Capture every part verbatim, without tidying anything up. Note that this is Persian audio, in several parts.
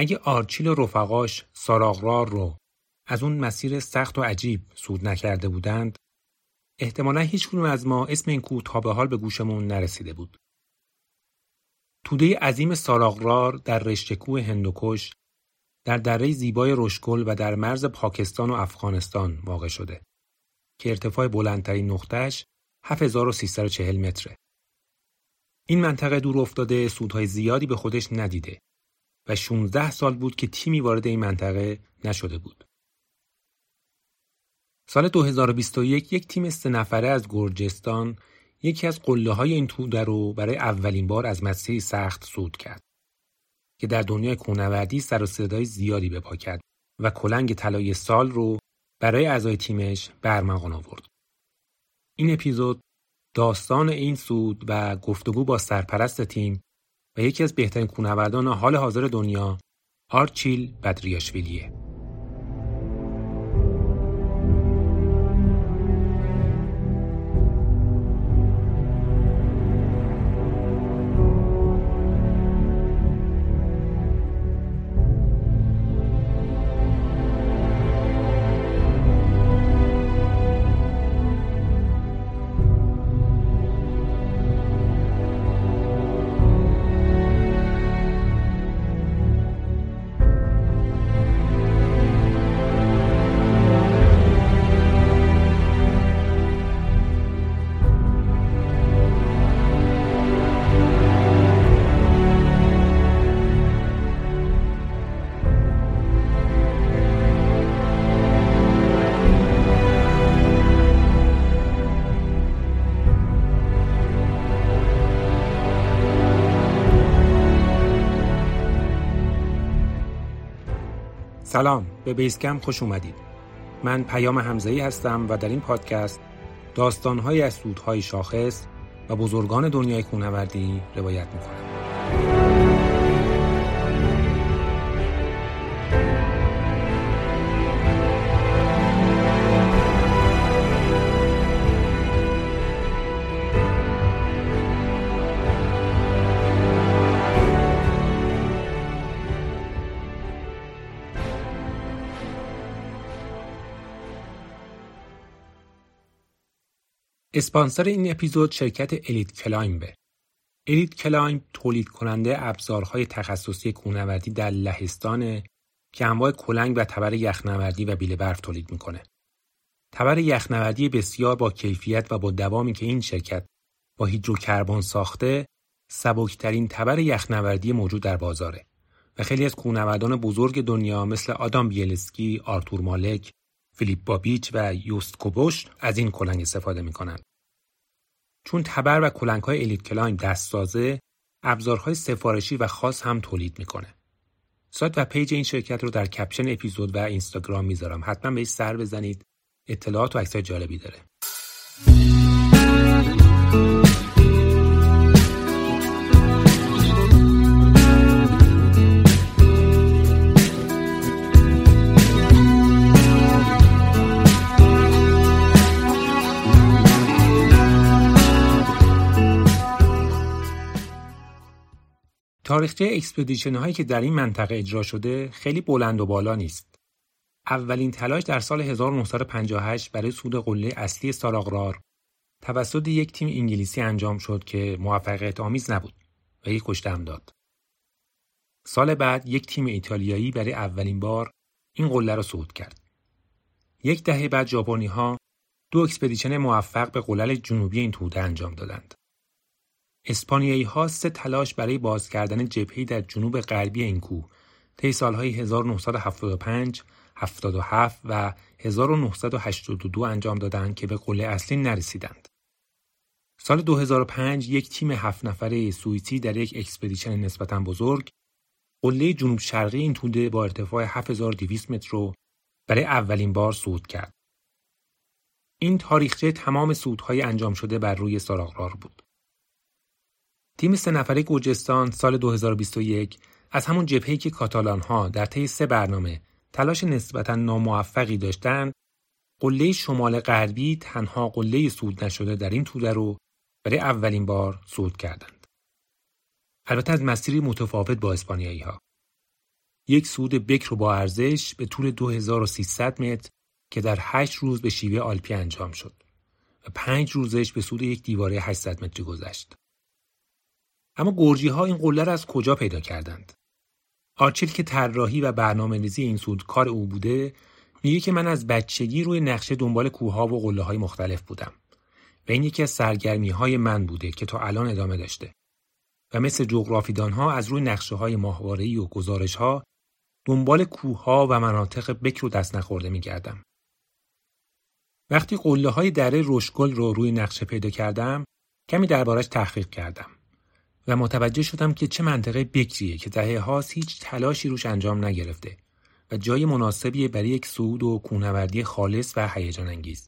اگه آرچیل و رفقاش ساراغرار رو از اون مسیر سخت و عجیب صعود نکرده بودند، احتمالاً هیچ کدوم از ما اسم این کوه تا به حال به گوشمون نرسیده بود. توده عظیم ساراغرار در رشته کوه هندوکش، در دره زیبای رشکل و در مرز پاکستان و افغانستان واقع شده که ارتفاع بلندترین نقطه‌اش هفت هزار و سیصد و چهل متره. این منطقه دور افتاده صعودهای زیادی به خودش ندیده و شانزده سال بود که تیمی وارد این منطقه نشده بود. سال دو هزار و بیست و یک یک تیم سه نفره از گرجستان یکی از قله‌های این توده رو برای اولین بار از مسیری سخت صعود کرد که در دنیای کوهنوردی سر و صدای زیادی به پا کرد و کلنگ طلایی سال رو برای اعضای تیمش به ارمغان آورد. این اپیزود داستان این صعود و گفتگو با سرپرست تیم و یکی از بهترین کوهنوردان حال حاضر دنیا، آرچیل بدریاشویلیه. سلام، به بیس کمپ خوش اومدید. من پیام حمزه‌ای هستم و در این پادکست داستان‌هایی از صعودهای شاخص و بزرگان دنیای کوهنوردی روایت می‌کنم. اسپانسر این اپیزود شرکت الیت کلایمبه. الیت کلایمب تولید کننده ابزارهای تخصصی کوهنوردی در لهستانه که انواع کلنگ و تبر یخنوردی و بیل برف تولید میکنه. تبر یخنوردی بسیار با کیفیت و با دوامی که این شرکت با هیدروکربن ساخته، سبکترین تبر یخنوردی موجود در بازاره و خیلی از کوهنوردان بزرگ دنیا مثل آدام بیلسکی، آرتور مالک، فیلیپ بابیچ و یوست کوبوش از این کلنگ استفاده میکنن. چون تبر و کلنگ‌های الیت کلایمب دستسازه، ابزارهای سفارشی و خاص هم تولید میکنه. سایت و پیج این شرکت رو در کپشن اپیزود و اینستاگرام میذارم. حتما بهش سر بزنید. اطلاعات و عکسای جالبی داره. تاریخچه اکسپدیشن هایی که در این منطقه اجرا شده خیلی بلند و بالا نیست. اولین تلاش در سال هزار و نهصد و پنجاه و هشت برای صعود قله اصلی ساراغرار توسط یک تیم انگلیسی انجام شد که موفقیت آمیز نبود و یک کشته هم داد. سال بعد یک تیم ایتالیایی برای اولین بار این قله را صعود کرد. یک دهه بعد ژاپنی ها دو اکسپدیشن موفق به قلل جنوبی این توده انجام دادند. اسپانیایی ها سه تلاش برای باز کردن جبهه‌ای در جنوب غربی این کوه طی سالهای هزار و نهصد و هفتاد و پنج، هفتاد و هفت و هزار و نهصد و هشتاد و دو انجام دادند که به قله اصلی نرسیدند. سال دو هزار و پنج یک تیم هفت نفره سوئیسی در یک اکسپدیشن نسبتاً بزرگ قله جنوب شرقی این توده با ارتفاع هفت هزار و دویست متر رو برای اولین بار صعود کرد. این تاریخچه تمام صعودهای انجام شده بر روی ساراغرار بود. تیم سه نفره گرجستان سال دو هزار و بیست و یک از همون جبهه‌ای که کاتالان‌ها در طی سه برنامه تلاش نسبتاً ناموفقی داشتند، قله شمال غربی تنها قله صعود نشده در این توده رو برای اولین بار صعود کردند. البته از مسیری متفاوت با اسپانیایی‌ها. یک سود بکر با ارزش به طول دو هزار و سیصد متر که در هشت روز به شیوه آلپی انجام شد و پنج روزش به سود یک دیواره هشتصد متری گذشت. اما گرجی‌ها این قله را از کجا پیدا کردند؟ آرچیل که طراحی و برنامه‌ریزی این سود کار او بوده، میگه که من از بچگی روی نقشه دنبال کوه‌ها و قله‌های مختلف بودم و این یکی از سرگرمی‌های من بوده که تا الان ادامه داشته. و مثل جغرافیدان‌ها از روی نقشه‌های ماهواره‌ای و گزارش‌ها دنبال کوه‌ها و مناطق بکر و دست نخورده می‌گردم. وقتی قله‌های دره رشگل رو روی نقشه پیدا کردم، کمی دربارش تحقیق کردم و متوجه شدم که چه منطقه بکریه که دهه‌هاست هیچ تلاشی روش انجام نگرفته و جای مناسبیه برای یک صعود و کوهنوردی خالص و هیجان انگیز.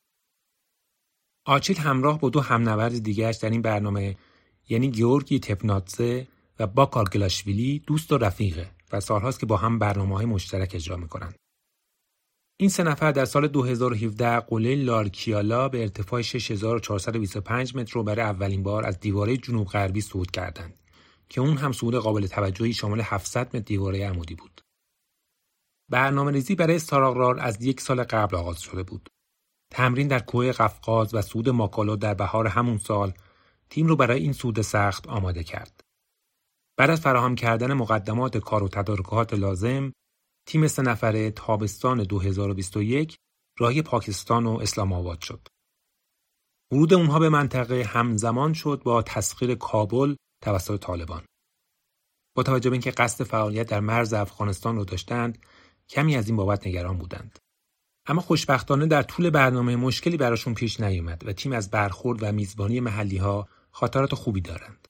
آرچیل همراه با دو همنورد دیگرش در این برنامه، یعنی گیورگی تپنادزه و باکار گلاشویلی، دوست و رفیقه و سالهاست که با هم برنامه‌های مشترک اجرا می‌کنن. این سه نفر در سال دو هزار و هفده قله لارکیالا به ارتفاع شش هزار و چهارصد و بیست و پنج متر رو برای اولین بار از دیواره جنوب غربی صعود کردند که اون هم صعود قابل توجهی شامل هفتصد متر دیواره عمودی بود. برنامه‌ریزی برای ساراغرار از یک سال قبل آغاز شده بود. تمرین در کوه قفقاز و صعود ماکالو در بهار همون سال تیم رو برای این صعود سخت آماده کرد. بعد از فراهم کردن مقدمات کار و تدارکات لازم، تیم سه نفره تابستان دو هزار و بیست و یک راهی پاکستان و اسلام آباد شد. ورود اونها به منطقه همزمان شد با تسخیر کابل توسط طالبان. با توجه به اینکه قصد فعالیت در مرز افغانستان رو داشتند، کمی از این بابت نگران بودند. اما خوشبختانه در طول برنامه مشکلی براشون پیش نیامد و تیم از برخورد و میزبانی محلی‌ها خاطرات خوبی دارند.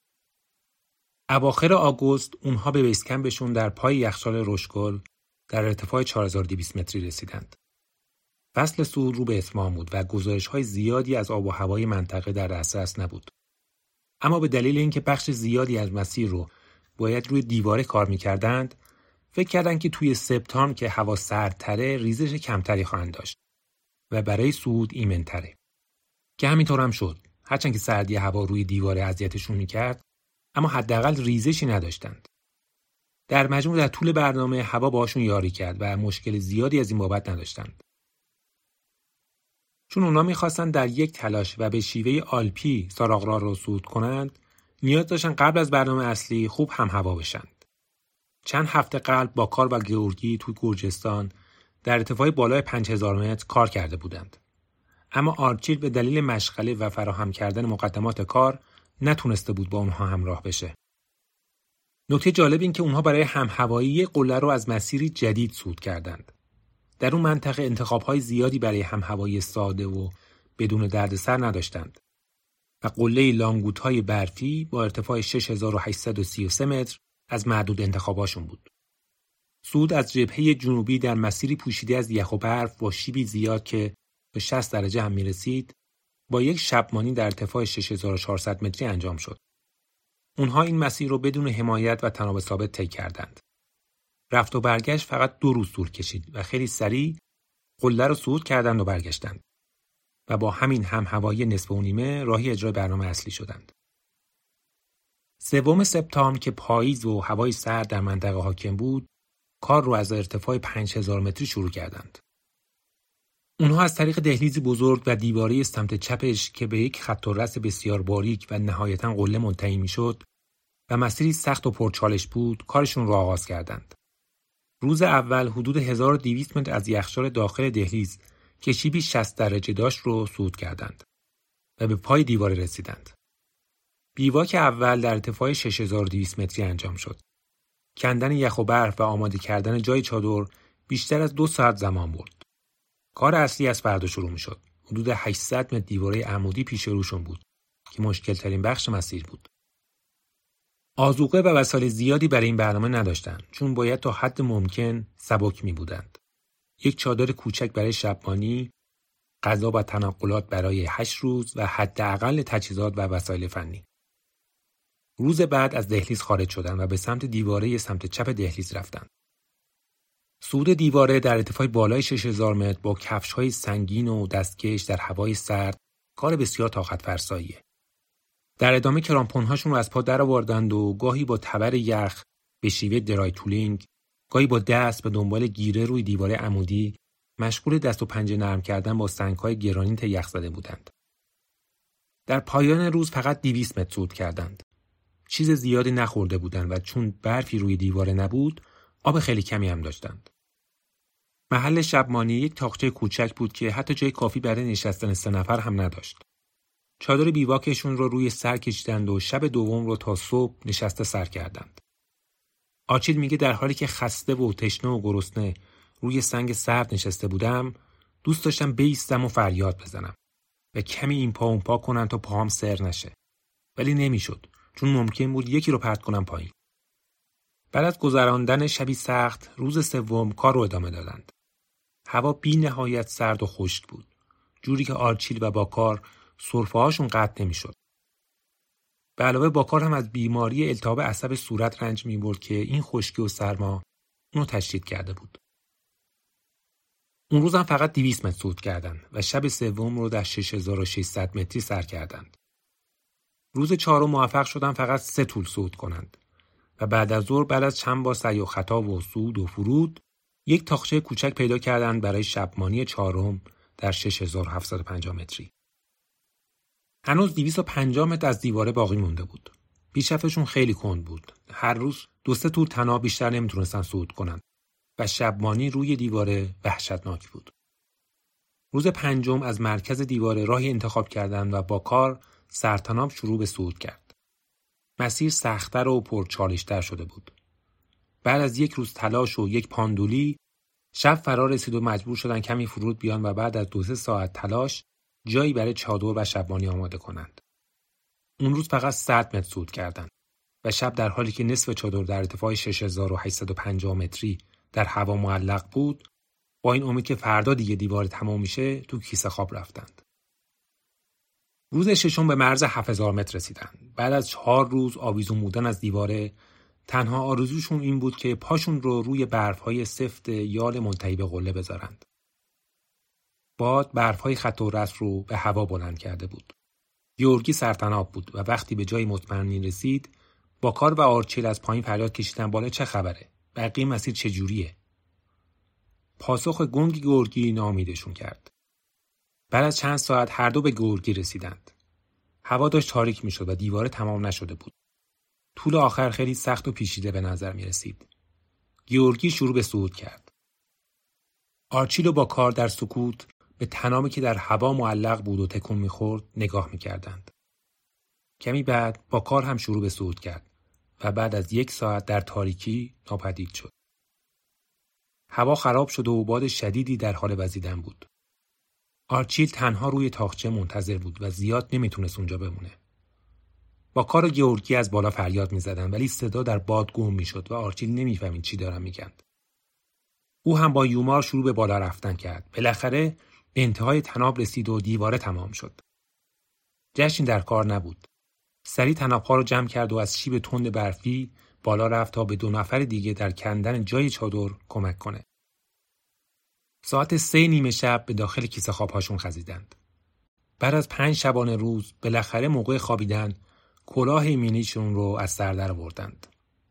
اواخر آگوست اونها به بیس کمپشون در پای یخچال رشگل در ارتفاع چهار هزار و دویست متری رسیدند. فصل صعود رو به اتمام بود و گزارش‌های زیادی از آب و هوای منطقه در دسترس نبود. اما به دلیل اینکه بخش زیادی از مسیر رو باید روی دیواره کار می‌کردند، فکر کردند که توی سپتامبر که هوا سردتره ریزش کمتری خواهند داشت و برای صعود ایمن‌تره. که همینطور هم شد. هرچند که سردی هوا روی دیواره اذیتشون می‌کرد، اما حداقل ریزشی نداشتند. در مجموع در طول برنامه هوا باشون یاری کرد و مشکل زیادی از این بابت نداشتند. چون اونا می‌خواستن در یک تلاش و به شیوه آلپی ساراغرار رو صعود کنند، نیاز داشتن قبل از برنامه اصلی خوب هم هوا بشند. چند هفته قبل با کار و گیورگی توی گرجستان در ارتفاع بالای پنج هزار متر کار کرده بودند. اما آرچیل به دلیل مشغله و فراهم کردن مقدمات کار نتونسته بود با اونها همراه بشه. نکته جالب این که اونها برای همهوایی قله رو از مسیری جدید صعود کردند. در اون منطقه انتخاب‌های زیادی برای همهوایی ساده و بدون دردسر نداشتند و قله لانگوت‌های برفی با ارتفاع شش هزار و هشتصد و سی و سه متر از معدود انتخاباشون بود. صعود از جبهه جنوبی در مسیری پوشیده از یخ و برف با شیبی زیاد که به شصت درجه هم می‌رسید، با یک شبمانی در ارتفاع شش هزار و چهارصد متری انجام شد. اونها این مسیر رو بدون حمایت و تناب ثابت طی کردند. رفت و برگشت فقط دو روز طول کشید و خیلی سریع قله رو صعود کردند و برگشتند و با همین هم هوایی نصف و نیمه راهی اجرای برنامه اصلی شدند. سوم سپتامبر که پاییز و هوای سرد در منطقه حاکم بود، کار رو از ارتفاع پنج هزار متری شروع کردند. اونها از طریق دهلیزی بزرگ و دیواره سمت چپش که به یک خط و رس بسیار باریک و نهایتاً قله منتهی میشد و مسیری سخت و پرچالش بود، کارشون رو آغاز کردند. روز اول حدود هزار و دویست متر از یخچال داخل دهلیز که شیبی شصت درجه داشت رو صعود کردند و به پای دیواره رسیدند. بیواک اول در ارتفاع شش هزار و دویست متری انجام شد. کندن یخ و برف و آماده کردن جای چادر بیشتر از دو ساعت زمان برد. کار اصلی از فردا شروع می شد. حدود هشتصد متر دیواره عمودی پیش روشون بود که مشکل ترین بخش مسیر بود. آذوقه و وسایل زیادی برای این برنامه نداشتند چون باید تا حد ممکن سبک می بودند. یک چادر کوچک برای شبمانی، غذا و تنقلات برای هشت روز و حداقل تجهیزات و وسایل فنی. روز بعد از دهلیز خارج شدند و به سمت دیواره سمت چپ دهلیز رفتند. صعود دیواره در ارتفاع بالای شش هزار متر با کفش‌های سنگین و دستکش در هوای سرد کار بسیار طاقت فرساییه. در ادامه کرامپون‌هاشون رو از پا درآوردند و گاهی با تبر یخ به شیوه درای تولینگ گاهی با دست به دنبال گیره روی دیوار عمودی مشغول دست و پنجه نرم کردن با سنگ‌های گرانیت یخ زده بودند. در پایان روز فقط دویست متر صعود کردند. چیز زیادی نخورده بودند و چون برفی روی دیوار نبود، آب خیلی کمی هم داشتند. محل شبمانی یک تاقچه کوچک بود که حتی جای کافی برای نشستن سه نفر هم نداشت. چادر بیواکشون رو روی سر کشیدند و شب دوم رو تا صبح نشسته سر کردند. آرچیل میگه در حالی که خسته و تشنه و گرسنه روی سنگ سرد نشسته بودم، دوست داشتم بایستم و فریاد بزنم و کمی این پا اون پا کنم تا پاهم سر نشه. ولی نمیشد، چون ممکن بود یکی رو پرت کنم پایین. بعد از گذراندن شبی سخت، روز سوم کار رو ادامه دادند. هوا بی نهایت سرد و خشک بود، جوری که آرچیل و باکار سرفه هاشون قطع نمیشد. به علاوه باکار هم از بیماری التهاب عصب صورت رنج می‌برد که این خشکی و سرما اونو تشدید کرده بود. اون روز هم فقط دویست متر صعود کردند و شب سوم رو در شش هزار و ششصد متری سر کردند. روز چهارم موفق شدن فقط سه طول صعود کنند و بعد از ظهر بعد از چند بار سعی و خطا و صعود و فرود یک تاقچه کوچک پیدا کردند برای شبمانی چهارم در شش هزار و هفتصد و پنجاه متری. هنوز دویست و پنجاه متر از دیواره باقی مونده بود. پیشرفتشون خیلی کند بود. هر روز دو سه طول تنها بیشتر نمیتونستن صعود کنن و شبمانی روی دیواره وحشتناک بود. روز پنجم از مرکز دیواره راهی انتخاب کردند و با کار سرتناب شروع به صعود کرد. مسیر سخت‌تر و پرچالش‌تر شده بود. بعد از یک روز تلاش و یک پاندولی، شب فرا رسید و مجبور شدن کمی فرود بیان و بعد از دو سه ساعت تلاش جایی برای چادر و شبمانی آماده کنند. اون روز فقط صد متر صعود کردند و شب در حالی که نصف چادر در ارتفاع شش هزار و هشتصد و پنجاه متری در هوا معلق بود، با این امید که فردا دیگه دیوار تمام میشه تو کیسه خواب رفتند. روز ششم به مرز هفت هزار متر رسیدند. بعد از چهار روز آویزون بودن از دیواره، تنها آرزوشون این بود که پاشون رو روی برف‌های سفت یال منتهی به قله بذارند. باد برف‌های خط و رس رو به هوا بلند کرده بود. گیورگی سرتناب بود و وقتی به جای مطمئنی رسید، باکار و آرچیل از پایین فریاد کشیدن بالا چه خبره؟ بقیه مسیر چجوریه؟ پاسخ گنگ گیورگی ناامیدشون کرد. بعد از چند ساعت هر دو به گیورگی رسیدند. هوا داشت تاریک میشد و دیواره تمام نشده بود. طول آخر خیلی سخت و پیچیده به نظر می رسید. گیورگی شروع به صعود کرد. آرچیل و باکار در سکوت به تنامی که در هوا معلق بود و تکون می‌خورد نگاه می‌کردند. کمی بعد باکار هم شروع به صعود کرد و بعد از یک ساعت در تاریکی ناپدید شد. هوا خراب شد و باد شدیدی در حال وزیدن بود. آرچیل تنها روی تاقچه منتظر بود و زیاد نمیتونست اونجا بمونه. باکار و گیورگی از بالا فریاد می‌زدن ولی صدا در باد گم می‌شد و آرچیل نمی‌فهمید چی دارن میگن. او هم با یومار شروع به بالا رفتن کرد. بالاخره به انتهای تناب رسید و دیواره تمام شد. جشن در کار نبود. سریع تناب‌ها رو جمع کرد و از شیب تند برفی بالا رفت تا به دو نفر دیگه در کندن جای چادر کمک کنه. ساعت سه نیمه شب به داخل کیسه خواب‌هاشون خزیدند. بعد از پنج شبانه روز بالاخره موقع خوابیدن کلاه ایمنیشون رو از سر در آوردند.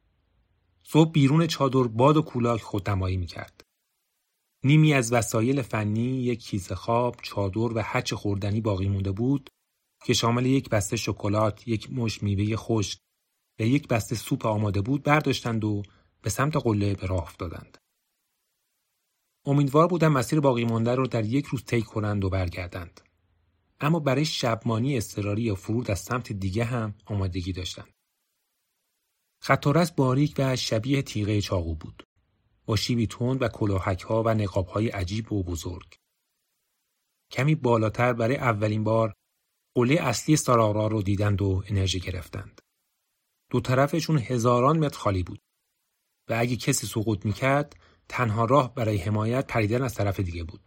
صبح بیرون چادر باد و کولاک خودنمایی می‌کرد. نیمی از وسایل فنی، یک کیسه خواب، چادر و هچ خوردنی باقی مونده بود که شامل یک بسته شکلات، یک مشت میوه خشک و یک بسته سوپ آماده بود برداشتند و به سمت قله به راه افتادند. امیدوار بودند مسیر باقی مانده رو در یک روز طی کنند و برگردند. اما برای شبمانی اضطراری یا فرود از سمت دیگه هم آمادگی داشتند. خط و رس باریک و شبیه تیغه چاقو بود، با شیبی تند و کلاهک‌ها و نقاب‌های عجیب و بزرگ. کمی بالاتر برای اولین بار قله اصلی ساراغرا رو دیدند و انرژی گرفتند. دو طرفشون هزاران متر خالی بود و اگه کسی سقوط می‌کرد تنها راه برای حمایت پریدن از طرف دیگه بود.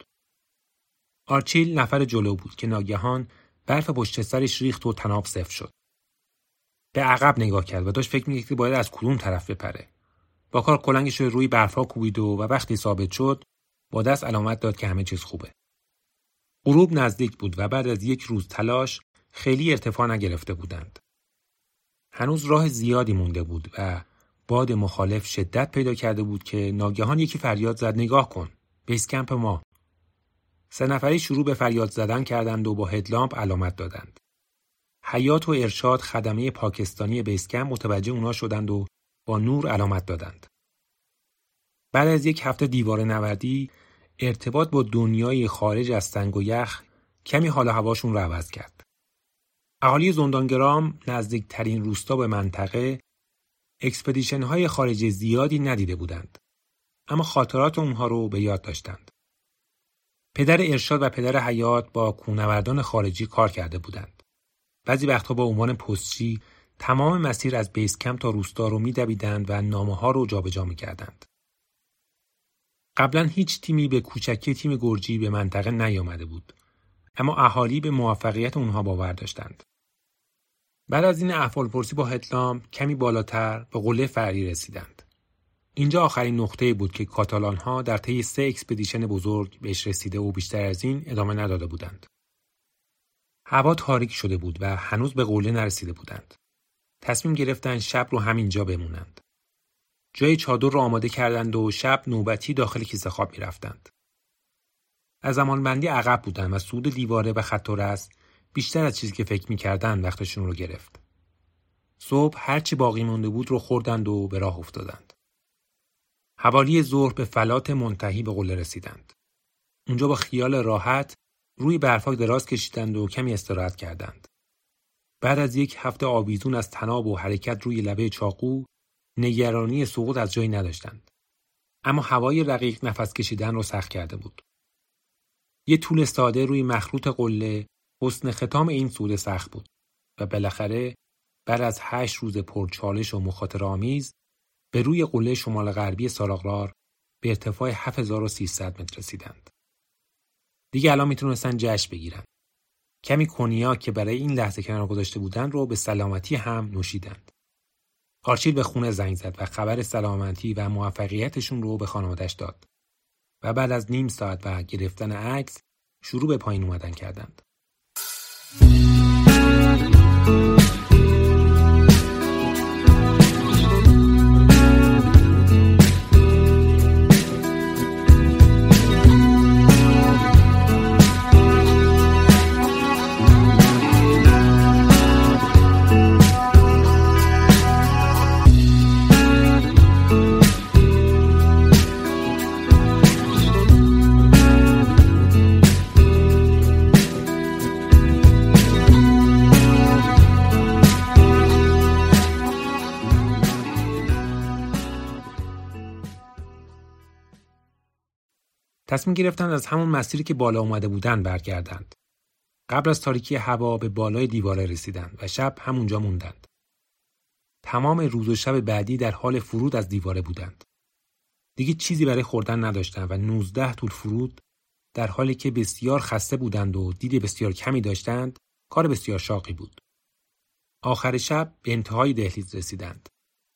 آرچیل نفر جلو بود که ناگهان برف پشت سرش ریخت و تناب صفر شد. به عقب نگاه کرد و داشت فکر می‌کرد که باید از کدوم طرف بپره. باکار کلنگش رو روی برف‌ها کوبید و, و وقتی ثابت شد با دست علامت داد که همه چیز خوبه. غروب نزدیک بود و بعد از یک روز تلاش خیلی ارتفاع نگرفته بودند. هنوز راه زیادی مونده بود و باد مخالف شدت پیدا کرده بود که ناگهان یکی فریاد زد نگاه کن، بیس کمپ ما. سه نفری شروع به فریاد زدن کردند و با هدلامپ علامت دادند. حیات و ارشاد خدمه پاکستانی بیس کمپ متوجه اونا شدند و با نور علامت دادند. بعد از یک هفته دیواره نوردی، ارتباط با دنیای خارج از سنگ و یخ کمی حال و هواشون رو عوض کرد. اهالی زندانگرام نزدیکترین روستا به منطقه اکسپدیشن های خارجی زیادی ندیده بودند، اما خاطرات اونها رو به یاد داشتند. پدر ارشاد و پدر حیات با کوهنوردان خارجی کار کرده بودند. بعضی وقتها با عنوان پستچی تمام مسیر از بیس کمپ تا روستا رو می‌دویدند و نامه‌ها رو جابجا می‌کردند. قبلا هیچ تیمی به کوچکی تیم گرجی به منطقه نیامده بود، اما اهالی به موفقیت اونها باور داشتند. بعد از این احوالپرسی با هدلامپ کمی بالاتر به قله فرعی رسیدند. اینجا آخرین نقطه‌ای بود که کاتالان‌ها در طی سه اکسپدیشن بزرگ بهش رسیده و بیشتر از این ادامه نداده بودند. هوا تاریک شده بود و هنوز به قله نرسیده بودند. تصمیم گرفتند شب رو همینجا بمونند. جای چادر رو آماده کردند و شب نوبتی داخل کیسه خواب می‌رفتند. از زمانبندی عقب بودند و صعود دیواره و خط و رس بیشتر از چیزی که فکر می‌کردند وقتشون رو گرفت. صبح هرچی باقی مونده بود رو خوردند و به راه افتادند. حوالی ظهر به فلات منتهی به قله رسیدند. اونجا با خیال راحت روی برفاک دراز کشیدند و کمی استراحت کردند. بعد از یک هفته آویزون از تناب و حرکت روی لبه چاقو، نگرانی سقوط از جایی نداشتند. اما هوای رقیق نفس کشیدن رو سخت کرده بود. یه طول ساده روی مخروط قله حسن ختام این صعود سخت بود و بالاخره بعد از هشت روز پرچالش و مخاطره‌آمیز به روی قله شمال غربی ساراغرار به ارتفاع هفت هزار و سیصد متر رسیدند. دیگه الان میتونستن جشن بگیرن. کمی کنیاک که برای این لحظه کنار گذاشته بودن رو به سلامتی هم نوشیدند. آرچیل به خونه زنگ زد و خبر سلامتی و موفقیتشون رو به خانواده‌اش داد. و بعد از نیم ساعت و گرفتن عکس شروع به پایین اومدن کردند. تصمیم گرفتند از همون مسیری که بالا اومده بودند برگردند. قبل از تاریکی هوا به بالای دیواره رسیدند و شب همونجا موندند. تمام روز و شب بعدی در حال فرود از دیواره بودند. دیگه چیزی برای خوردن نداشتند و نوزده طول فرود در حالی که بسیار خسته بودند و دید بسیار کمی داشتند، کار بسیار شاقی بود. آخر شب به انتهای دهلیز رسیدند.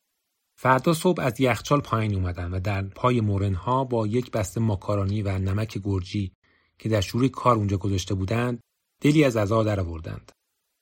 فردا صبح از یخچال پایین اومدن و در پای مورنها با یک بسته ماکارونی و نمک گرجی که در شروع کار اونجا گذاشته بودند دلی از عزا در آوردند.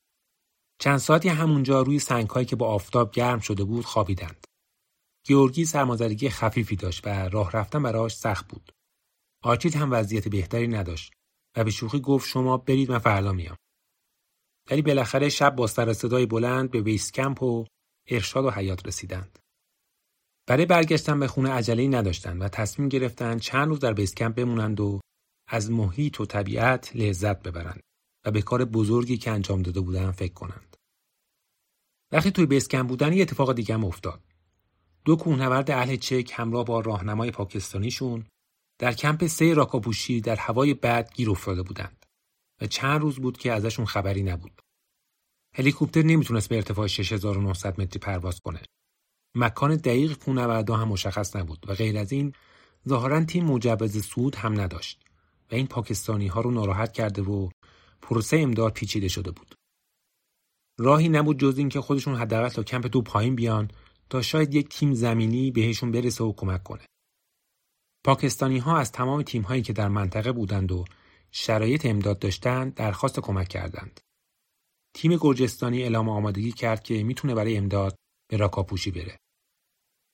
چند ساعتی همونجا روی سنگ‌هایی که با آفتاب گرم شده بود خوابیدند. گیورگی سرمازدگی خفیفی داشت و راه رفتن براش سخت بود. آرچیل هم وضعیت بهتری نداشت و به شوخی گفت شما برید من فردا میام. ولی بالاخره شب با سر صدای بلند به بیس کمپ و ارشاد و حیات رسیدند. برای برگشتن به خونه عجله‌ای نداشتند و تصمیم گرفتند چند روز در بیس کمپ بمونند و از محیط و طبیعت لذت ببرند و به کار بزرگی که انجام داده بودند فکر کنند. وقتی توی بیس کمپ بودن یه اتفاق دیگه هم افتاد. دو کوهنورد اهل چک همراه با راهنمای پاکستانیشون در کمپ سه راکاپوشی در هوای بد گیر افتاده بودند و چند روز بود که ازشون خبری نبود. هلیکوپتر نمیتونست به ارتفاع شش هزار و نهصد متری پرواز کنه. مکان دقیق کوهنوردا هم مشخص نبود و غیر از این ظاهراً تیم مجوز صعود هم نداشت و این پاکستانی ها رو ناراحت کرده و پروسه امداد پیچیده شده بود. راهی نبود جز این که خودشون حداقل تا کمپ دو پایین بیان تا شاید یک تیم زمینی بهشون برسه و کمک کنه. پاکستانی ها از تمام تیم هایی که در منطقه بودند و شرایط امداد داشتند درخواست کمک کردند. تیم گرجستانی اعلام آمادگی کرد که میتونه برای امداد به راکاپوشی بره.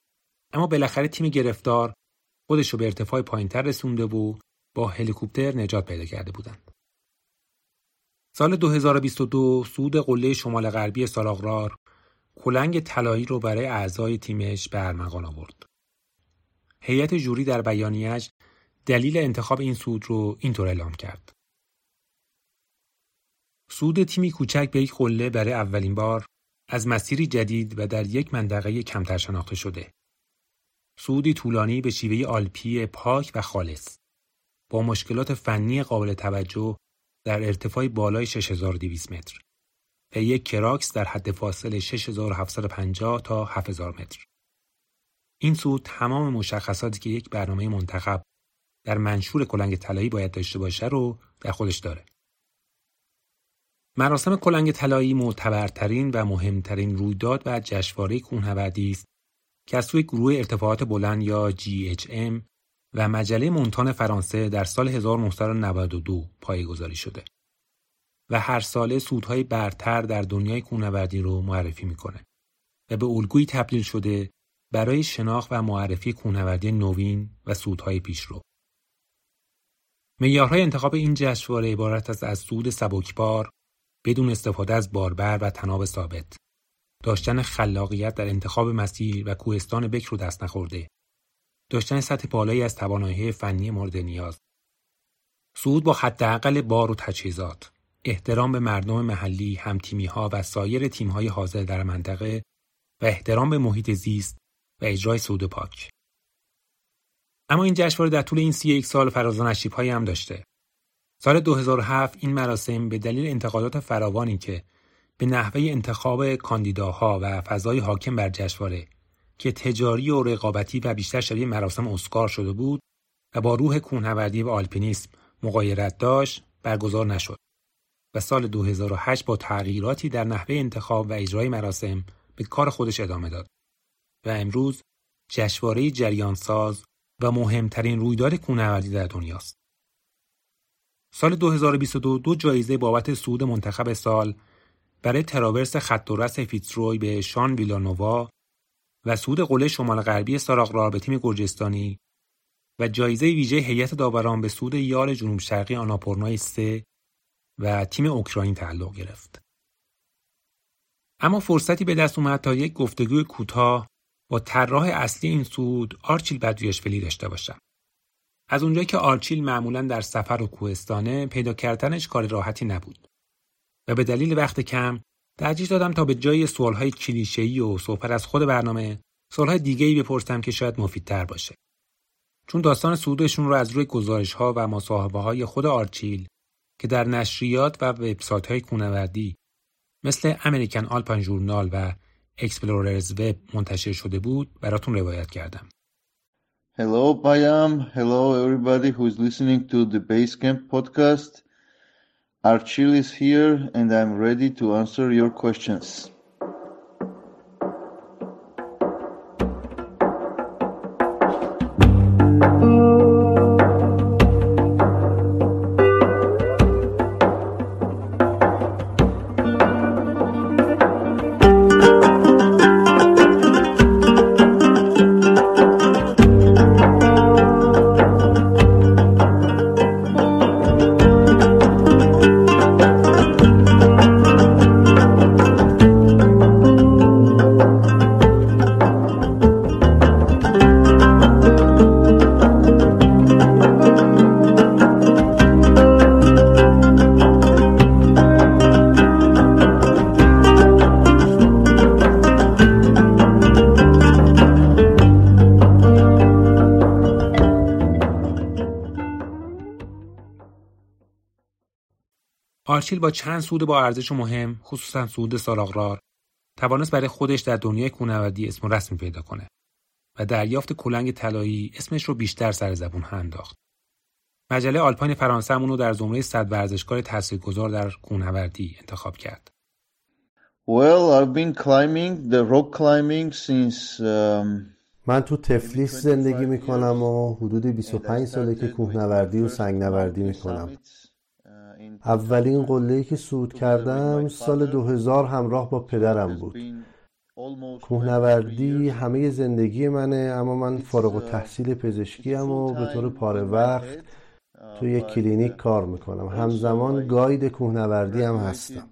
اما بالاخره تیم گرفتار خودش رو به ارتفاع پایین‌تر رسونده و با هلیکوپتر نجات پیدا کرده بودند. سال دو هزار و بیست و دو صعود قله شمال غربی ساراغرار کلنگ طلایی رو برای اعضای تیمش به ارمغان آورد. هیئت جوری در بیانیه‌اش دلیل انتخاب این صعود رو اینطور اعلام کرد: صعود تیمی کوچک به یک قله برای اولین بار از مسیری جدید و در یک منطقه کمتر شناخته شده. صعودی طولانی به شیوه آلپی پاک و خالص با مشکلات فنی قابل توجه در ارتفاع بالای شش هزار و دویست متر و یک کراکس در حد فاصله شش هزار و هفتصد و پنجاه تا هفت هزار متر. این صعود تمام مشخصاتی که یک برنامه منتخب در منشور کلنگ طلایی باید داشته باشه رو در خودش داره. مراسم کلنگ طلایی معتبرترین و مهمترین رویداد و جشنواره کوهنوردی است که از سوی گروه ارتفاعات بلند یا جی اچ ام و مجله مونتان فرانسه در سال هزار و نهصد و نود و دو پایه‌گذاری شده و هر ساله صعودهای برتر در دنیای کوهنوردی رو معرفی میکنه و به الگویی تبدیل شده برای شناخت و معرفی کوهنوردی نوین و صعودهای پیشرو. معیارهای انتخاب این جشنواره عبارت است از صعود سبکبار بدون استفاده از باربر و طناب ثابت، داشتن خلاقیت در انتخاب مسیر و کوهستان بکر رو دست نخورده، داشتن سطح بالایی از توانایی فنی مورد نیاز، صعود با حداقل بار و تجهیزات، احترام به مردم محلی، همتیمی‌ها و سایر تیم‌های حاضر در منطقه و احترام به محیط زیست و اجرای صعود پاک. اما این جشنواره در طول این سی و یک سال فراز و نشیب‌هایی هم داشته. سال دو هزار و هفت این مراسم به دلیل انتقادات فراوانی که به نحوه انتخاب کاندیداها و فضای حاکم بر جشنواره که تجاری و رقابتی و بیشتر شبیه مراسم اسکار شده بود و با روح کوهنوردی و آلپینیسم مغایرت داشت، برگزار نشد و سال دو هزار و هشت با تغییراتی در نحوه انتخاب و اجرای مراسم به کار خودش ادامه داد و امروز جشنواره جریانساز و مهمترین رویداد کوهنوردی در دنیاست. سال دو هزار و بیست و دو دو جایزه بابت صعود منتخب سال برای تراورس خط و رس فیتزروی به شان ویلانووا و صعود قله شمال غربی ساراغرار به تیم گرجستانی و جایزه ویژه هیئت داوران به صعود یال جنوب شرقی آناپورنای سه و تیم اوکراین تعلق گرفت. اما فرصتی به دست اومد تا یک گفتگوی کوتاه با طراح اصلی این صعود آرچیل بدویاشویلی داشته باشم. از اونجایی که آرچیل معمولاً در سفر و کوهستانه، پیدا کردنش کار راحتی نبود و به دلیل وقت کم ترجیح دادم تا به جای سوالهای کلیشه‌ای و صحبت از خود برنامه سوالهای دیگه‌ای بپرسم که شاید مفیدتر باشه. چون داستان صعودشون رو از روی گزارش‌ها و مصاحبه‌های خود آرچیل که در نشریات و وبسایت‌های کوهنوردی مثل امریکن آلپاین ژورنال و اکسپلوررز وب منتشر شده بود براتون روایت کردم. Hello Payam, hello everybody who is listening to the Basecamp podcast. Archil is here and I'm ready to answer your questions. آرچیل با چند صعود با ارزش و مهم، خصوصا صعود ساراغرار، توانست برای خودش در دنیای کوهنوردی اسم و رسمی پیدا کنه و دریافت کلنگ طلایی اسمش رو بیشتر سر زبون انداخت. مجله آلپاین فرانسه اون رو در زمره صد ورزشکار تاثیرگذار در کوهنوردی انتخاب کرد. Well, I've been climbing the rock climbing since um... من تو تفلیس زندگی میکنم و حدود بیست و پنج ساله که کوهنوردی و سنگنوردی میکنم. اولین قله‌ای که صعود کردم سال دو هزار همراه با پدرم بود کوهنوردی همه زندگی منه، اما من فارغ التحصیل پزشکی ام و به طور پاره وقت تو یک کلینیک کار میکنم. همزمان گاید کوهنوردی هم هستم.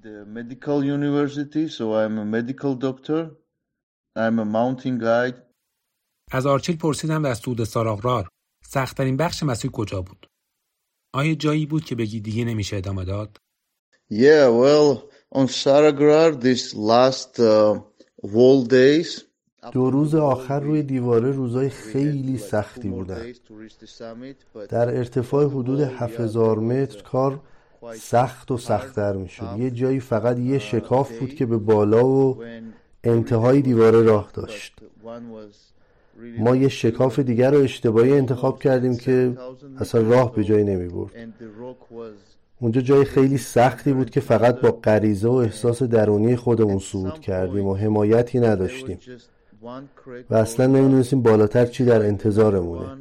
از آرچیل پرسیدم در صعود ساراغرار سخت‌ترین بخش مسیر کجا بود؟ آیا جایی بود که بگی دیگه نمیشه ادامه داد؟ Yeah, well, on Saragrar this last uh, wall days دو روز آخر روی دیواره روزای خیلی سختی بودن. در ارتفاع حدود هفت هزار متر کار سخت و سخت‌تر میشد. یه جایی فقط یه شکاف بود که به بالا و انتهای دیواره راه داشت. ما یه شکاف دیگر رو اشتباهی انتخاب کردیم که اصلا راه به جایی نمی برد. اونجا جای خیلی سختی بود که فقط با غریزه و احساس درونی خودمون صعود کردیم و حمایتی نداشتیم و اصلا نمی‌دونستیم بالاتر چی در انتظارمونه.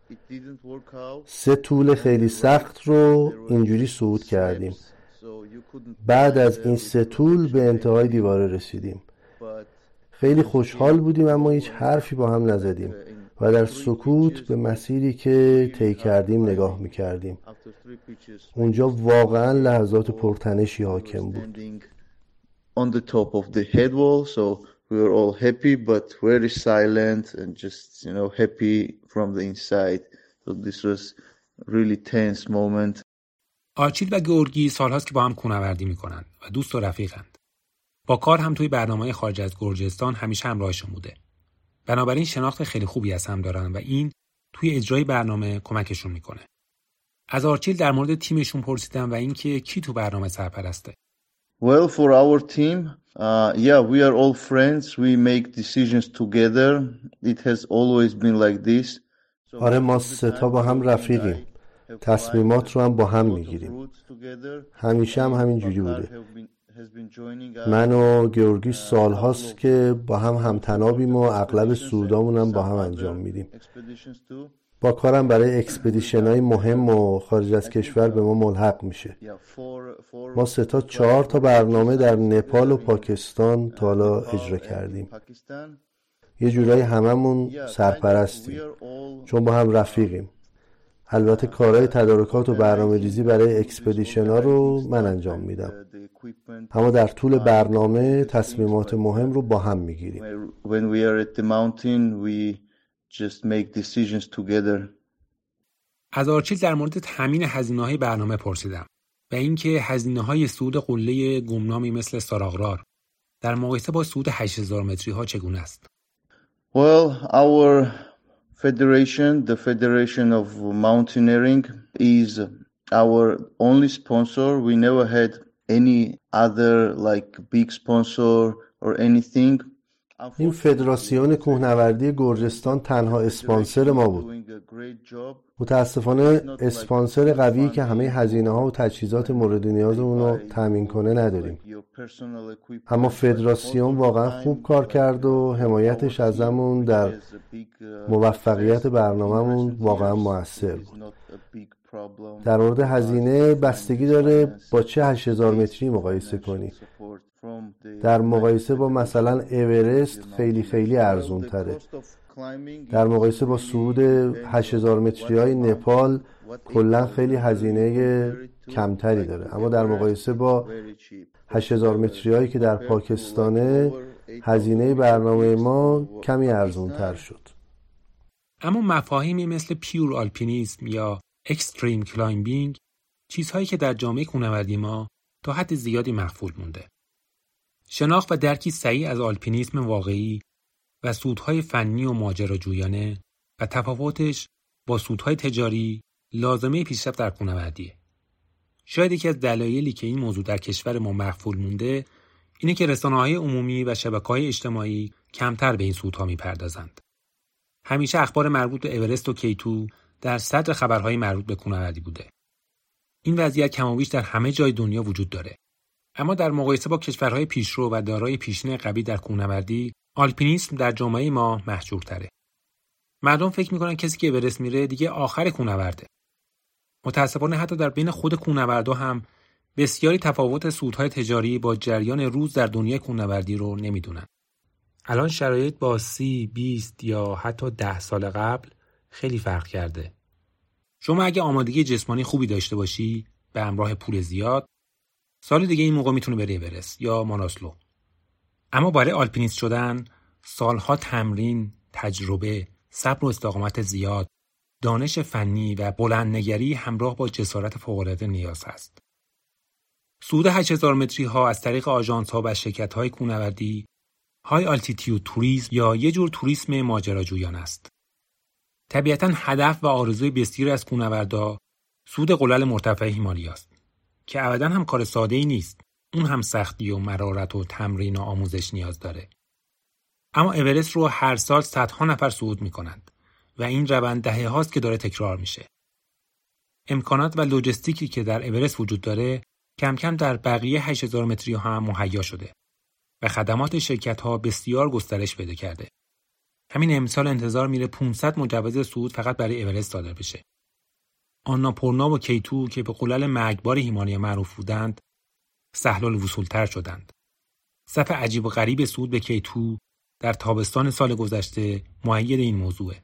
سه طول خیلی سخت رو اینجوری صعود کردیم. بعد از این سه طول به انتهای دیواره رسیدیم. خیلی خوشحال بودیم اما هیچ حرفی با هم نزدیم و در سکوت به مسیری که طی کردیم نگاه می‌کردیم. اونجا واقعا لحظات پرتنشی حاکم بود. On the top of the head wall, so we were all happy but very silent and just, you know, happy from the inside. So this was really tense moment. آرچیل و گورگی سالهاست که با هم کوهنوردی میکنن و دوست و رفیقند. با کار هم توی برنامه‌های خارج از گرجستان همیشه همراهشون بوده. بنابراین شناخت خیلی خوبی از هم دارن و این توی اجرای برنامه کمکشون میکنه. از آرچیل در مورد تیمشون پرسیدم و اینکه کی تو برنامه سرپرسته. Well, for our team, uh, yeah, we are all friends. We make decisions together. It has always been like this. آره ما سه تا با هم رفیقیم. تصمیمات رو هم با هم میگیریم. همیشه هم همین جوری بوده. من و گیورگی سالهاست که با هم همتنابیم و اغلب صعودامون هم با هم انجام میدیم. با کارم برای اکسپدیشن‌های مهم و خارج از کشور به ما ملحق میشه. ما سه تا چهار تا برنامه در نپال و پاکستان تا حالا اجرا کردیم. یه جورایی هممون سرپرستیم چون با هم رفیقیم. البته کارهای تدارکات و برنامه ریزی برای اکسپدیشن ها رو من انجام میدم، اما در طول برنامه تصمیمات مهم رو با هم میگیریم. از آرچیل در مورد تامین هزینه‌های برنامه پرسیدم و اینکه هزینه‌های صعود قله گمنامی مثل ساراغرار در مقایسه با صعود هشت هزار متری ها چگونه است؟ Well, our federation, the Federation of Mountaineering, is our only sponsor. We never had any other like big sponsor or anything. این فدراسیون کوهنوردی گرجستان تنها اسپانسر ما بود. متاسفانه اسپانسر قوی که همه هزینه‌ها و تجهیزات مورد نیازمون رو تامین کنه نداریم. اما فدراسیون واقعا خوب کار کرد و حمایتش ازمون در موفقیت برنامه‌مون واقعا موثر بود. در مورد هزینه بستگی داره با چه هشت هزار متری مقایسه کنی. در مقایسه با مثلا اورست خیلی خیلی ارزون تره. در مقایسه با صعود هشت هزار متری های نپال کلا خیلی هزینه کمتری داره، اما در مقایسه با هشت هزار متری هایی که در پاکستانه هزینه برنامه ما کمی ارزون تر شد. اما مفاهیمی مثل پیور آلپینیسم یا اکستریم کلایمبینگ چیزهایی که در جامعه کوهنوردی ما تا حد زیادی مغفول مونده. شناخت و درکی صحیح از آلپینیسم واقعی و صعودهای فنی و ماجراجویانه و تفاوتش با صعودهای تجاری لازمه پیشرفت در کوهنوردیه. شاید یکی از دلایلی که این موضوع در کشور ما مغفول مونده اینه که رسانه‌های عمومی و شبکه‌های اجتماعی کمتر به این صعودها میپردازند. همیشه اخبار مربوط به اورست و کیتو در صدر خبرهای مربوط به کوهنوردی بوده. این وضعیت کم و بیش در همه جای دنیا وجود داره. اما در مقایسه با کشورهای پیشرو و دارای پیشینه قوی در کوهنوردی، آلپینیسم در جامعه ما محجورتره. مردم فکر میکنن کسی که اورست میره دیگه آخر کوهنورده. متاسفانه حتی در بین خود کوهنوردا هم بسیاری تفاوت صعودهای تجاری با جریان روز در دنیای کوهنوردی رو نمیدونن. الان شرایط با سی، بیست یا حتی ده سال قبل خیلی فرق کرده. شما اگه آمادگی جسمانی خوبی داشته باشی به همراه پول زیاد، سال دیگه این موقع میتونه بری اورست یا ماناسلو. اما برای آلپینیست شدن سالها تمرین، تجربه، صبر و استقامت زیاد، دانش فنی و بلندنگری همراه با جسارت فوق‌العاده نیاز هست. صعود هشت هزار متری ها از طریق آژانس ها و شرکت های کوهنوردی های آلتیتیود توریسم یا یه جور توریسم ماجراجویانه است. طبیعتاً هدف و آرزوی بسیاری از کوهنوردا صعود قلل مرتفع هیمالیا است که ابداً هم کار ساده‌ای نیست. اون هم سختی و مرارت و تمرین و آموزش نیاز داره. اما اورست رو هر سال صدها نفر صعود می‌کنند و این روند دهه هاست که داره تکرار میشه. امکانات و لوجستیکی که در اورست وجود داره کم کم در بقیه هشت هزار متری ها هم مهیا شده و خدمات شرکت‌ها بسیار گسترش پیدا کرده. همین امسال انتظار میره پانصد مجوز صعود فقط برای اورست صادر بشه. آناپورنا و کیتو که به قلل مرگبار هیمالیا معروف بودند، سهل الوصول‌تر شدند. صف عجیب و غریب صعود به کیتو در تابستان سال گذشته مؤید این موضوعه.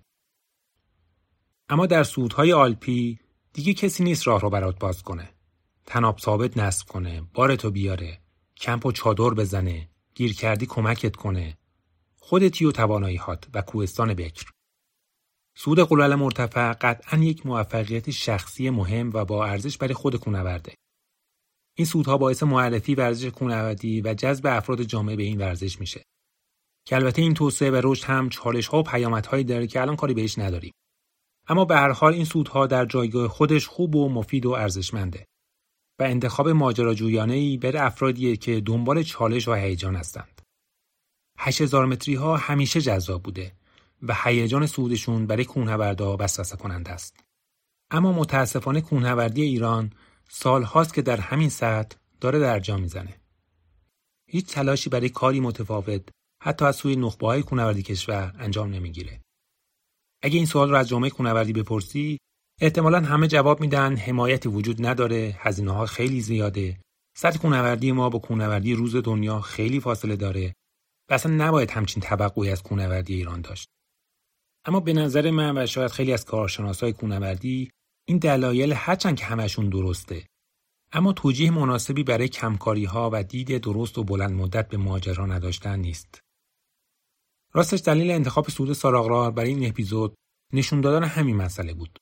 اما در صعودهای آلپی دیگه کسی نیست راه رو برات باز کنه. تناب ثابت نصب کنه، بارتو بیاره، کمپ و چادر بزنه، گیر کردی کمکت کنه. خودتی و توانایی‌هات و کوهستان بکر. صعود قلل مرتفع قطعاً یک موفقیت شخصی مهم و با ارزش برای خود کوهنورده. این صعودها باعث معرفی ورزش کوهنوردی و جذب افراد جامعه به این ورزش میشه. که البته این توسعه و رشد هم چالش‌ها و پیامدهایی داره که الان کاری بهش نداریم. اما به هر حال این صعودها در جایگاه خودش خوب و مفید و ارزشمنده و انتخاب ماجراجویانه‌ای برای افرادیه که دنبال چالش و هیجان هستند. هشت هزار متری ها همیشه جذاب بوده و هیجان صعودشون برای کوهنوردا وسوسه کننده است. اما متاسفانه کوهنوردی ایران سال‌هاست که در همین سطح داره درجا میزنه. هیچ تلاشی برای کاری متفاوت حتی از سوی نخبه‌های کوهنوردی کشور انجام نمیگیره. اگه این سوال رو از جامعه کوهنوردی بپرسی، احتمالاً همه جواب میدن حمایتی وجود نداره، هزینه‌ها خیلی زیاده، سطح کوهنوردی ما با کوهنوردی روز دنیا خیلی فاصله داره و اصلا نباید همچین توقعی از کوهنوردی ایران داشت. اما به نظر من و شاید خیلی از کارشناسای کوهنوردی این دلایل هرچند که همشون درسته، اما توجیه مناسبی برای کمکاری‌ها و دید درست و بلند مدت به ماجرا نداشتن نیست. راستش دلیل انتخاب صعود ساراغرار برای این اپیزود نشون دادن همین مسئله بود.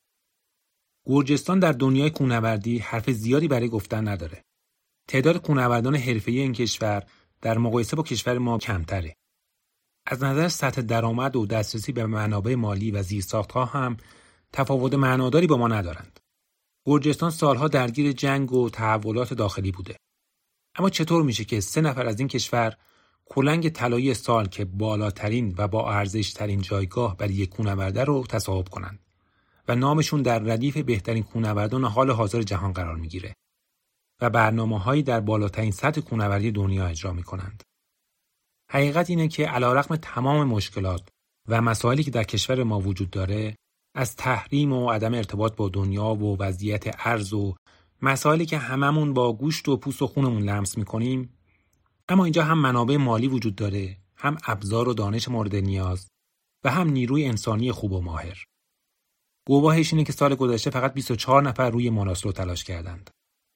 گرجستان در دنیای کوهنوردی حرف زیادی برای گفتن نداره. تعداد کوهنوردان حرفه‌ای این کشور در مقایسه با کشور ما کمتره. از نظر سطح درآمد و دسترسی به منابع مالی و زیرساخت‌ها هم تفاوت معناداری با ما ندارند. گرجستان سالها درگیر جنگ و تحولات داخلی بوده. اما چطور میشه که سه نفر از این کشور کلنگ طلایی سال که بالاترین و با ارزش‌ترین جایگاه برای یک کوهنورده رو تصاحب کنند و نامشون در ردیف بهترین کوهنوردان حال حاضر جهان قرار میگیره و برنامه‌هایی در بالاترین سطح کوهنوردی دنیا اجرا میکنند. حقیقت اینه که علیرغم تمام مشکلات و مسائلی که در کشور ما وجود داره، از تحریم و عدم ارتباط با دنیا و وضعیت ارز و مسائلی که هممون با گوشت و پوست و خونمون لمس میکنیم، اما اینجا هم منابع مالی وجود داره، هم ابزار و دانش مورد نیاز و هم نیروی انسانی خوب و ماهر. گواهش اینه که سال گذشته فقط بیست و چهار نفر روی ماناسلو تلاش کردند.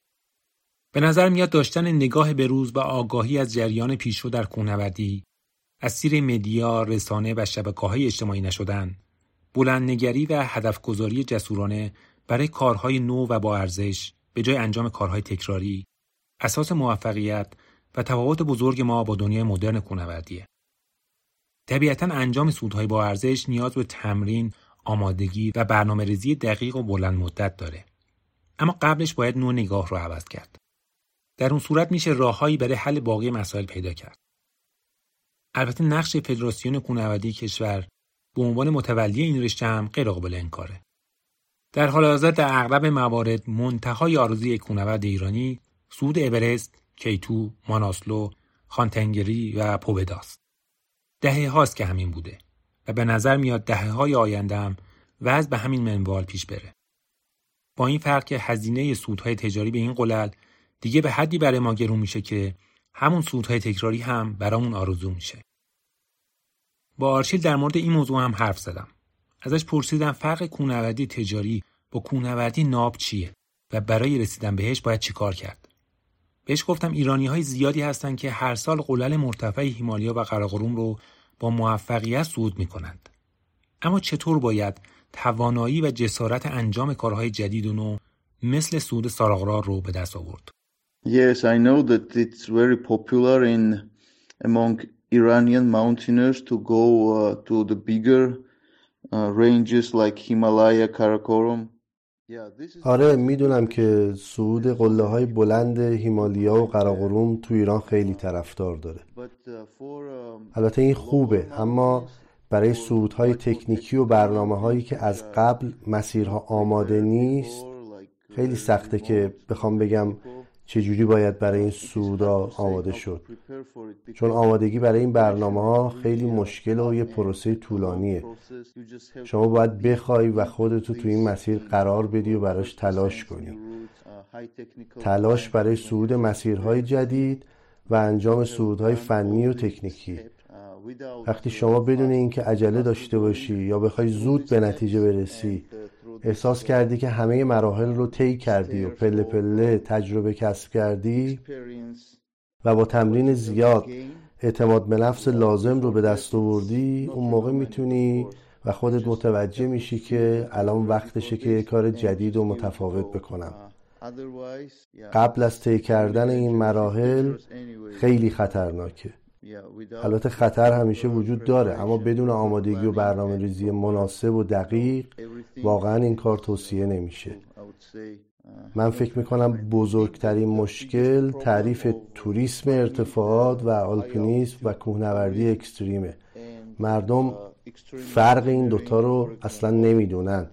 به نظر میاد داشتن نگاه به روز و آگاهی از جریان پیشرو در کوهنوردی، اسیر مدیا، رسانه و شبکه‌های اجتماعی نشدن، بلندنگری و هدفگذاری جسورانه برای کارهای نو و با ارزش به جای انجام کارهای تکراری، اساس موفقیت و تفاوت بزرگ ما با دنیای مدرن کوهنوردیه. طبیعتاً انجام صعودهای با ارزش نیاز به تمرین، آمادگی و برنامه‌ریزی دقیق و بلند مدت داره. اما قبلش باید نوع نگاه رو عوض کرد. در اون صورت میشه راههایی برای حل باقی مسائل پیدا کرد. البته نقش فدراسیون کوهنوردی کشور به عنوان متولی این رشته هم غیر قابل انکاره. در حال حاضر در اغلب موارد منتهای آرزوی کوهنورد ایرانی صعود اورست، کیتو، ماناسلو، خانتنگری و پوبداست. دهه هاست که همین بوده و به نظر میاد دهه های آینده هم وضع به همین منوال پیش بره. با این فرق که هزینه صعودهای تجاری به این قلل دیگه به حدی برای ما گرون میشه که همون صعودهای تکراری هم برامون آرزو میشه. با آرچیل در مورد این موضوع هم حرف زدم. ازش پرسیدم فرق کوهنوردی تجاری با کوهنوردی ناب چیه و برای رسیدن بهش باید چی کار کرد. بهش گفتم ایرانی‌های زیادی هستن که هر سال قلل مرتفع هیمالیا و قراقرم رو با موفقیت صعود می‌کنند. اما چطور باید توانایی و جسارت انجام کارهای جدید و نو مثل صعود ساراغرار رو به دست آورد؟ Yes, I know that it's very popular in among Iranian mountaineers to go uh, to the bigger uh, ranges like Himalaya, Karakorum. آره میدونم که صعود قله‌های بلند هیمالیا و قراقرم تو ایران خیلی طرفدار داره. البته این خوبه، اما برای صعودهای تکنیکی و برنامه‌هایی که از قبل مسیرها آماده نیست خیلی سخته که بخوام بگم چجوری باید برای این صعودا آماده شد، چون آمادگی برای این برنامه‌ها خیلی مشکل و یه پروسه طولانیه. شما باید بخوای و خودتو تو این مسیر قرار بدی و براش تلاش کنی. تلاش برای صعود مسیرهای جدید و انجام صعودهای فنی و تکنیکی. وقتی شما بدون اینکه عجله داشته باشی یا بخوای زود به نتیجه برسی، احساس کردی که همه مراحل رو طی کردی و پله پله تجربه کسب کردی و با تمرین زیاد اعتماد به نفس لازم رو به دست آوردی، اون موقع میتونی و خودت متوجه میشی که الان وقتشه که یه کار جدید و متفاوت بکنم. قبل از طی کردن این مراحل خیلی خطرناکه. البته خطر همیشه وجود داره، اما بدون آمادگی و برنامه ریزی مناسب و دقیق واقعا این کار توصیه نمیشه. من فکر میکنم بزرگترین مشکل تعریف توریسم ارتفاعات و آلپینیسم و کوهنوردی اکستریمه. مردم فرق این دوتا رو اصلا نمیدونن.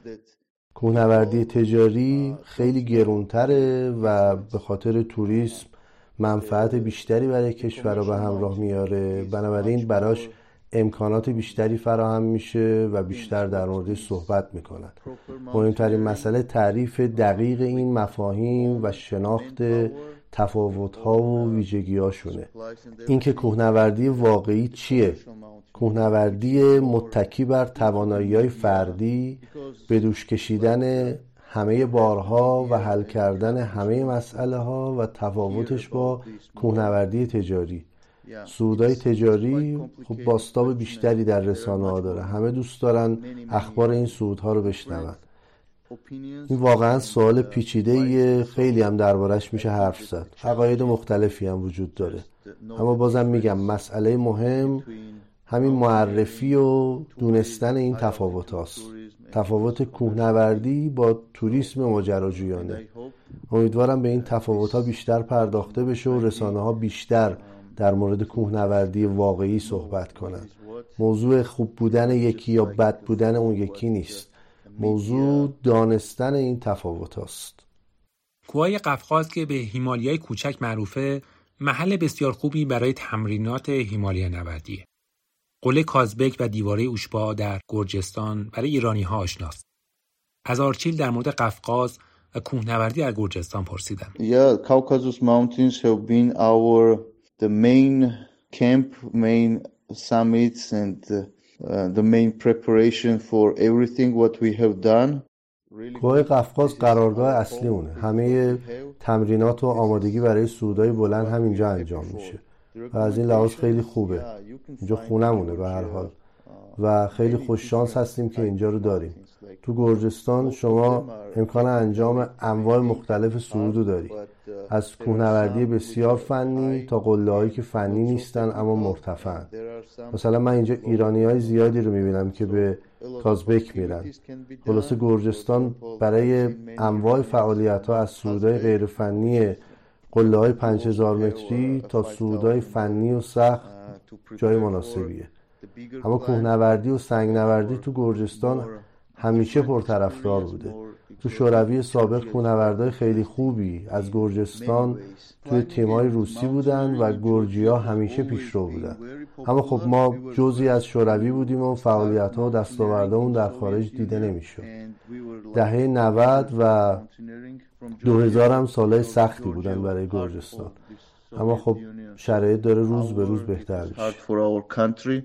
کوهنوردی تجاری خیلی گرونتره و به خاطر توریسم منفعت بیشتری برای کشور رو به همراه میاره، بنابراین براش امکانات بیشتری فراهم میشه و بیشتر در موردش صحبت میکنن. مهمترین مسئله تعریف دقیق این مفاهیم و شناخت تفاوت‌ها و ویژگی‌هاشونه. اینکه کوهنوردی واقعی چیه؟ کوهنوردی متکی بر توانایی‌های فردی، به دوش کشیدن همه بارها و حل کردن همه مسئله ها و تفاوتش با کوهنوردی تجاری. صعودهای تجاری خب بازتاب بیشتری در رسانه ها داره، همه دوست دارن اخبار این صعودها رو بشنون. این واقعا سوال پیچیده‌ایه، خیلی هم دربارش میشه حرف زد، عقاید مختلفی هم وجود داره، اما بازم میگم مسئله مهم همین معرفی و دونستن این تفاوت هاست. تفاوت کوهنوردی با توریسم ماجراجویانه. امیدوارم به این تفاوت ها بیشتر پرداخته بشه و رسانه ها بیشتر در مورد کوهنوردی واقعی صحبت کنند. موضوع خوب بودن یکی یا بد بودن اون یکی نیست. موضوع دانستن این تفاوت هاست. کوههای قفقاز که به هیمالیای کوچک معروفه، محل بسیار خوبی برای تمرینات هیمالیا نوردیه. قله کازبک و دیواره اوشبا در گرجستان برای ایرانی ها آشناست. از آرچیل در مورد قفقاز و کوهنوردی در گرجستان پرسیدم. Yeah, Caucasus Mountains have been our the main camp, main summits and uh, the main preparation for everything what we have done. کوه قفقاز قرارگاه اصلی اونه. همه تمرینات و آمادگی برای صعودهای بلند همینجا انجام میشه. و از این لحاظ خیلی خوبه. اینجا خونمونه به هر حال و خیلی خوش شانس هستیم که اینجا رو داریم. تو گرجستان شما امکان انجام انواع مختلف صعود رو داری، از کوهنوردی بسیار فنی تا قله‌هایی که فنی نیستن اما مرتفعن. مثلا من اینجا ایرانی‌های زیادی رو میبینم که به کازبک میرن. خلاصه گرجستان برای انواع فعالیت‌ها از صعودهای غیر فنی قله‌های پنج هزار متری تا صعودهای فنی و سخت جای مناسبیه. اما کوهنوردی و سنگنوردی تو گرجستان همیشه پرطرفدار بوده. تو شوروی سابق کوهنوردای خیلی خوبی از گرجستان توی تیم‌های روسی بودن و گرجی‌ها همیشه پیشرو بودن. اما خب ما جزئی از شوروی بودیم و فعالیت‌ها و دستاوردامون در خارج دیده نمی‌شد. دهه نود و دو هزار هم سالهای سختی بودن برای گرجستان، اما خب شرایط داره روز به روز بهتر میشه.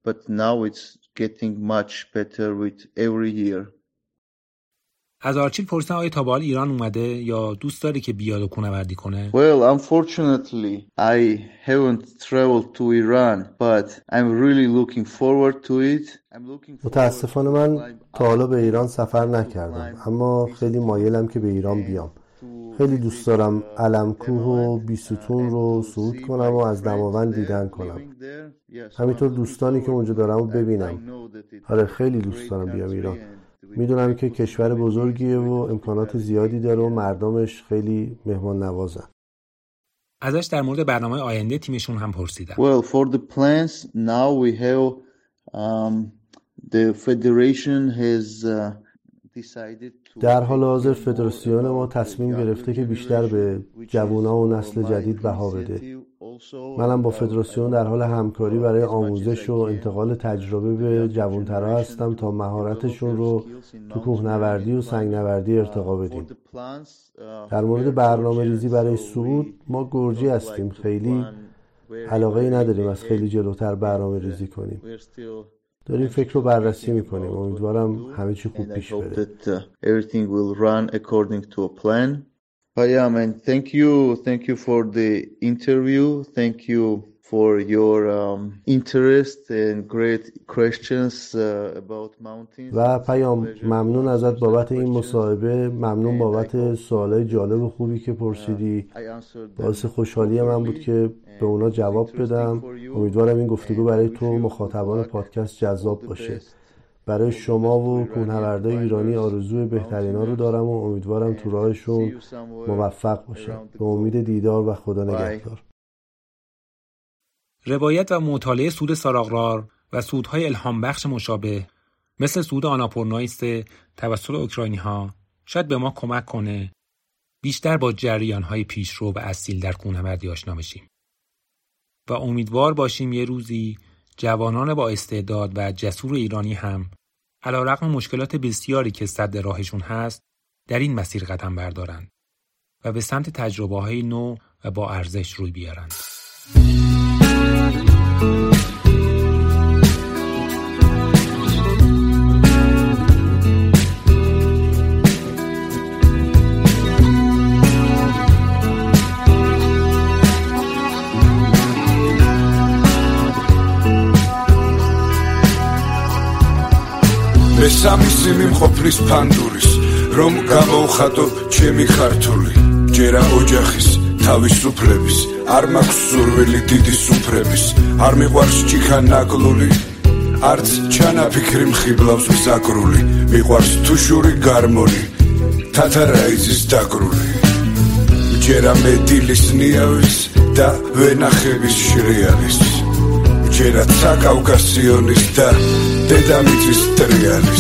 but now it's getting much better with every year. از آرچیل پرسیدن آیا تا به حال ایران اومده یا دوست داره که بیاد و کوهنوردی کنه؟ Well, unfortunately, I haven't traveled to Iran, but I'm really looking forward to it. متاسفانه من تا حالا به ایران سفر نکردم، اما خیلی مایلم که به ایران بیام. خیلی دوست دارم علم‌کوه و بیستون رو صعود کنم و از دماوند دیدن کنم. همینطور دوستانی که اونجا دارم رو ببینم. آره خیلی دوست دارم بیام ایران. میدونم که کشور بزرگیه و امکانات زیادی داره و مردمش خیلی مهمان نوازن. ازش در مورد برنامه آینده تیمشون هم پرسیدم. Well, for the plans now we have um, the federation has uh, decided to در حال حاضر فدراسیون ما تصمیم گرفته که بیشتر به جوونا و نسل جدید بها بده. منم با فدراسیون در حال همکاری برای آموزش و انتقال تجربه به جوانترها هستم تا مهارتشون رو تو کوهنوردی و سنگنوردی ارتقا بدیم. در مورد برنامه ریزی برای صعود ما گرجی هستیم، خیلی علاقه ای نداریم از خیلی جلوتر برنامه ریزی کنیم. داریم فکر رو بررسی میکنیم. امیدوارم همه چی خوب پیش بره. Everything will run according to a plan. Payam, and thank you, thank you for the interview. Thank you for your um, interest and great questions uh, about mountains. و پیام ممنون ازت بابت این مصاحبه، ممنون بابت سوالای جالب و خوبی که پرسیدی. باعث خوشحالی من بود که به اونا جواب بدم. امیدوارم این گفتگو برای تو مخاطبان پادکست جذاب باشه. برای شما و کوهنوردای ایرانی آرزوی بهترینا رو دارم و امیدوارم تو راهشون موفق باشن. به امید دیدار و خدا نگهدار. روایت و مطالعه صعود ساراغرار و صعودهای الهام بخش مشابه مثل صعود آناپورنایست توسط اوکراینی‌ها شاید به ما کمک کنه بیشتر با جریان‌های پیشرو و اصیل در کوهنوردی آشنا بشیم و امیدوار باشیم یه روزی جوانان با استعداد و جسور ایرانی هم علیرغم مشکلات بسیاری که سد راهشون هست در این مسیر قدم بردارن و به سمت تجربه‌های نو و با ارزش روی بیارن. მესამისი მიმყოფლის ფანდურის რომ გამოვხატო ჩემი ქართული ჯერა ოჯახის თავისუფლების არ მაქვს სურვილი დიდი სუფრების არ მიყვარს ჭიქა ნაკლული არც ჩანაფიქრი მხიბლავს გზაკრული მიყვარს თუშური გარმონი თათარაიძის დაგრული ჯერა მედილის ნიავის და ვენახების შრიალის ჯერა საკავკასიონის და დედამიწის ტრიალის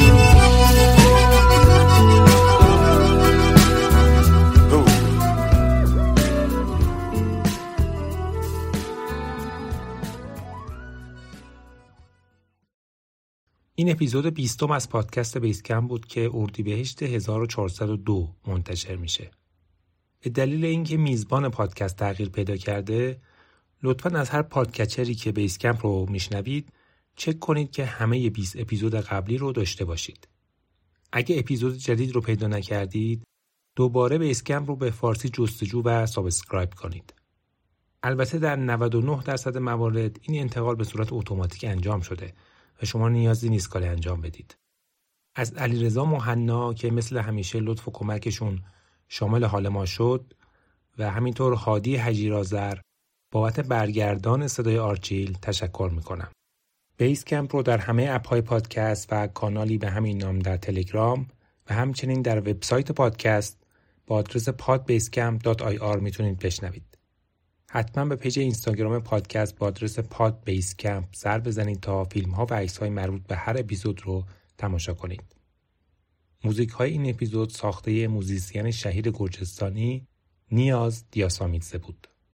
این اپیزود بیستم از پادکست بیسکمپ بود که اردیبهشت هزار و چهارصد و دو منتشر میشه. به دلیل اینکه میزبان پادکست تغییر پیدا کرده، لطفاً از هر پادکچری که بیسکمپ رو میشنوید چک کنید که همه بیست اپیزود قبلی رو داشته باشید. اگه اپیزود جدید رو پیدا نکردید، دوباره بیسکمپ رو به فارسی جستجو و سابسکرایب کنید. البته در نود و نه درصد موارد این انتقال به صورت اتوماتیک انجام شده و شما نیازی نیست کاری انجام بدید. از علیرضا مهنا که مثل همیشه لطف و کمکشون شامل حال ما شد و همینطور هادی حجیرآذر بابت برگردان صدای آرچیل تشکر میکنم. بیسکمپ رو در همه اپ‌های پادکست و کانالی به همین نام در تلگرام و همچنین در وبسایت پادکست با آدرس پاد بیسکمپ دات آی آر میتونید بشنوید. حتما به پیج اینستاگرام پادکست با آدرس پاد بیسکمپ سر بزنید تا فیلم‌ها و عکس‌های مربوط به هر اپیزود رو تماشا کنید. موزیک‌های این اپیزود ساخته موزیسین شهیر گرجستانی نیاز دیاسامیدزه بود.